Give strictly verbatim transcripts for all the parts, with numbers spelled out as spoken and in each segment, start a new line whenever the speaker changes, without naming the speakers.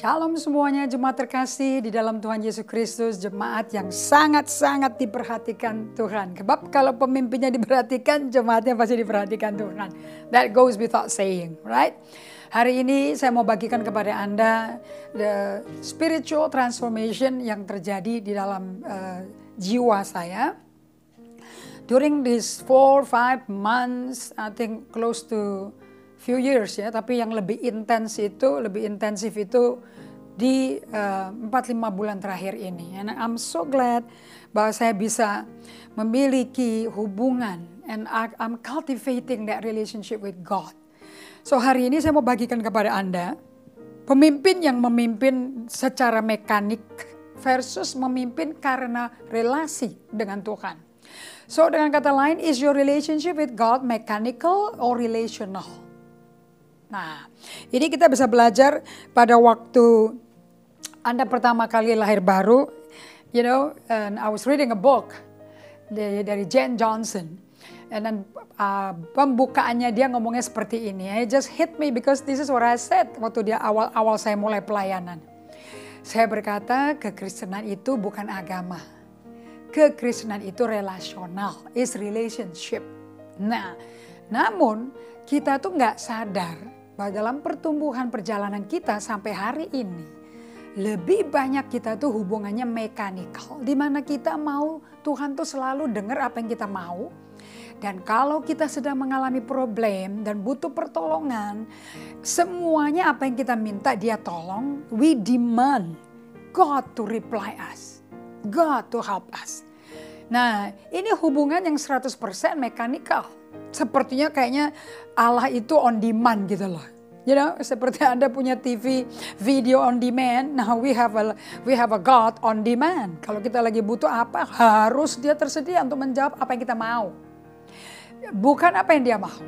Shalom semuanya, jemaat terkasih di dalam Tuhan Yesus Kristus, jemaat yang sangat-sangat diperhatikan Tuhan. Sebab kalau pemimpinnya diperhatikan, jemaatnya pasti diperhatikan Tuhan. That goes without saying, right? Hari ini saya mau bagikan kepada Anda the spiritual transformation yang terjadi di dalam uh, jiwa saya. During these four, five months, I think close to few years ya, tapi yang lebih intens itu, lebih intensif itu di uh, empat lima bulan terakhir ini. And I'm so glad bahwa saya bisa memiliki hubungan and I'm cultivating that relationship with God. So hari ini saya mau bagikan kepada Anda pemimpin yang memimpin secara mekanik versus memimpin karena relasi dengan Tuhan. So dengan kata lain, is your relationship with God mechanical or relational? Nah, ini kita bisa belajar pada waktu Anda pertama kali lahir baru, you know, and I was reading a book dari, dari Jen Johnson, and then uh, pembukaannya dia ngomongnya seperti ini. It just hit me because this is what I said waktu dia awal-awal saya mulai pelayanan. Saya berkata, kekristenan itu bukan agama, kekristenan itu relasional, is relationship. Nah, namun kita tuh nggak sadar bahwa dalam pertumbuhan perjalanan kita sampai hari ini, lebih banyak kita tuh hubungannya mekanikal, di mana kita mau Tuhan tuh selalu dengar apa yang kita mau. Dan kalau kita sedang mengalami problem dan butuh pertolongan, semuanya apa yang kita minta dia tolong, we demand God to reply us, God to help us. Nah, ini hubungan yang seratus persen mekanikal. Sepertinya kayaknya Allah itu on demand gitu loh. You know, seperti Anda punya T V video on demand. Now we have a we have a God on demand. Kalau kita lagi butuh apa, harus dia tersedia untuk menjawab apa yang kita mau. Bukan apa yang dia mau.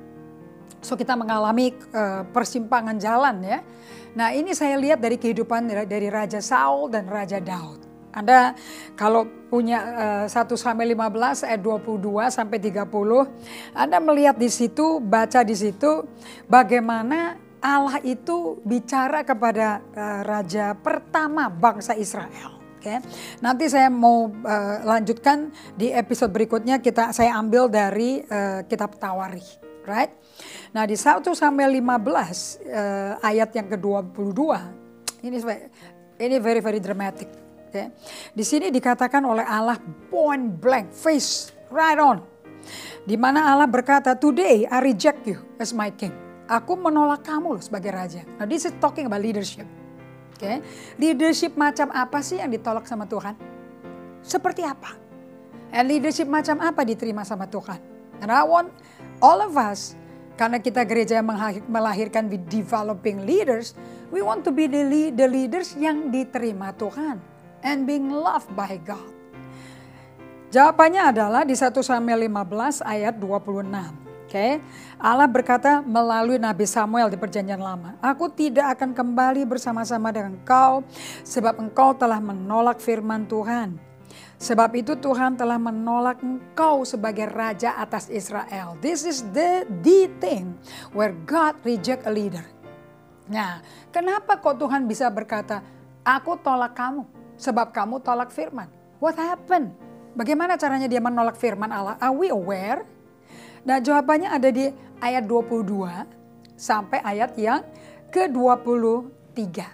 So kita mengalami uh, persimpangan jalan ya. Nah, ini saya lihat dari kehidupan dari Raja Saul dan Raja Daud. Anda kalau punya uh, satu sampai lima belas ayat dua puluh dua sampai tiga puluh, Anda melihat di situ, baca di situ bagaimana Allah itu bicara kepada uh, raja pertama bangsa Israel. Oke. Okay? Nanti saya mau uh, lanjutkan di episode berikutnya, kita saya ambil dari uh, kitab Tawarikh, right? Nah, di satu sampai lima belas uh, ayat yang ke dua puluh dua ini ini very very dramatic. Okay. Di sini dikatakan oleh Allah point blank, face right on. Di mana Allah berkata, today I reject you as my king. Aku menolak kamu loh sebagai raja. Nah, this is talking about leadership. Okay. Leadership macam apa sih yang ditolak sama Tuhan? Seperti apa? And leadership macam apa diterima sama Tuhan? And I want all of us, karena kita gereja yang melahirkan with developing leaders, we want to be the, lead, the leaders yang diterima Tuhan. And being loved by God. Jawabannya adalah di satu sampai lima belas ayat dua puluh enam. Oke, okay. Allah berkata melalui Nabi Samuel di Perjanjian Lama, aku tidak akan kembali bersama-sama dengan engkau sebab engkau telah menolak firman Tuhan. Sebab itu Tuhan telah menolak engkau sebagai raja atas Israel. This is the, the thing where God reject a leader. Nah, kenapa kok Tuhan bisa berkata, aku tolak kamu? Sebab kamu tolak firman. What happened? Bagaimana caranya dia menolak firman Allah? Are we aware? Nah, jawabannya ada di ayat dua puluh dua sampai ayat yang ke dua puluh tiga.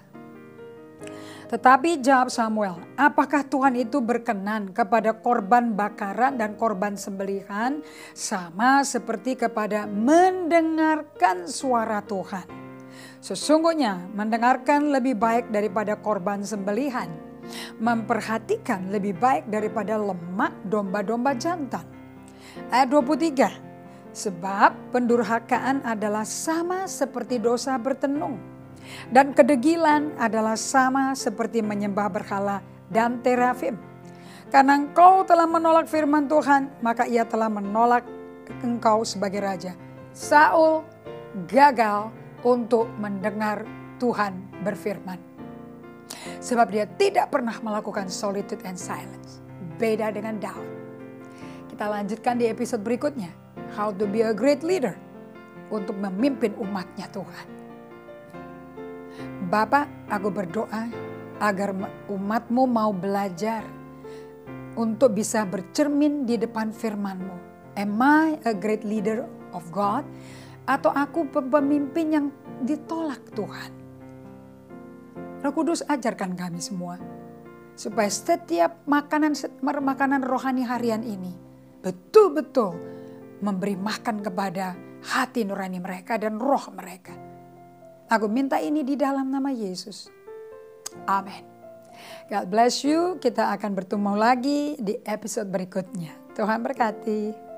Tetapi jawab Samuel, apakah Tuhan itu berkenan kepada korban bakaran dan korban sembelihan sama seperti kepada mendengarkan suara Tuhan? Sesungguhnya mendengarkan lebih baik daripada korban sembelihan, memperhatikan lebih baik daripada lemak domba-domba jantan. Ayat dua puluh tiga. Sebab pendurhakaan adalah sama seperti dosa bertenung, dan kedegilan adalah sama seperti menyembah berhala dan terafim. Karena engkau telah menolak firman Tuhan, maka ia telah menolak engkau sebagai raja. Saul gagal untuk mendengar Tuhan berfirman. Sebab dia tidak pernah melakukan solitude and silence. Beda dengan Daud. Kita lanjutkan di episode berikutnya. How to be a great leader. Untuk memimpin umatnya Tuhan. Bapa, aku berdoa agar umat-Mu mau belajar untuk bisa bercermin di depan firman-Mu. Am I a great leader of God? Atau aku pemimpin yang ditolak Tuhan? Roh Kudus, ajarkan kami semua. Supaya setiap makanan makanan rohani harian ini betul-betul memberi makan kepada hati nurani mereka dan roh mereka. Aku minta ini di dalam nama Yesus. Amin. God bless you. Kita akan bertemu lagi di episode berikutnya. Tuhan berkati.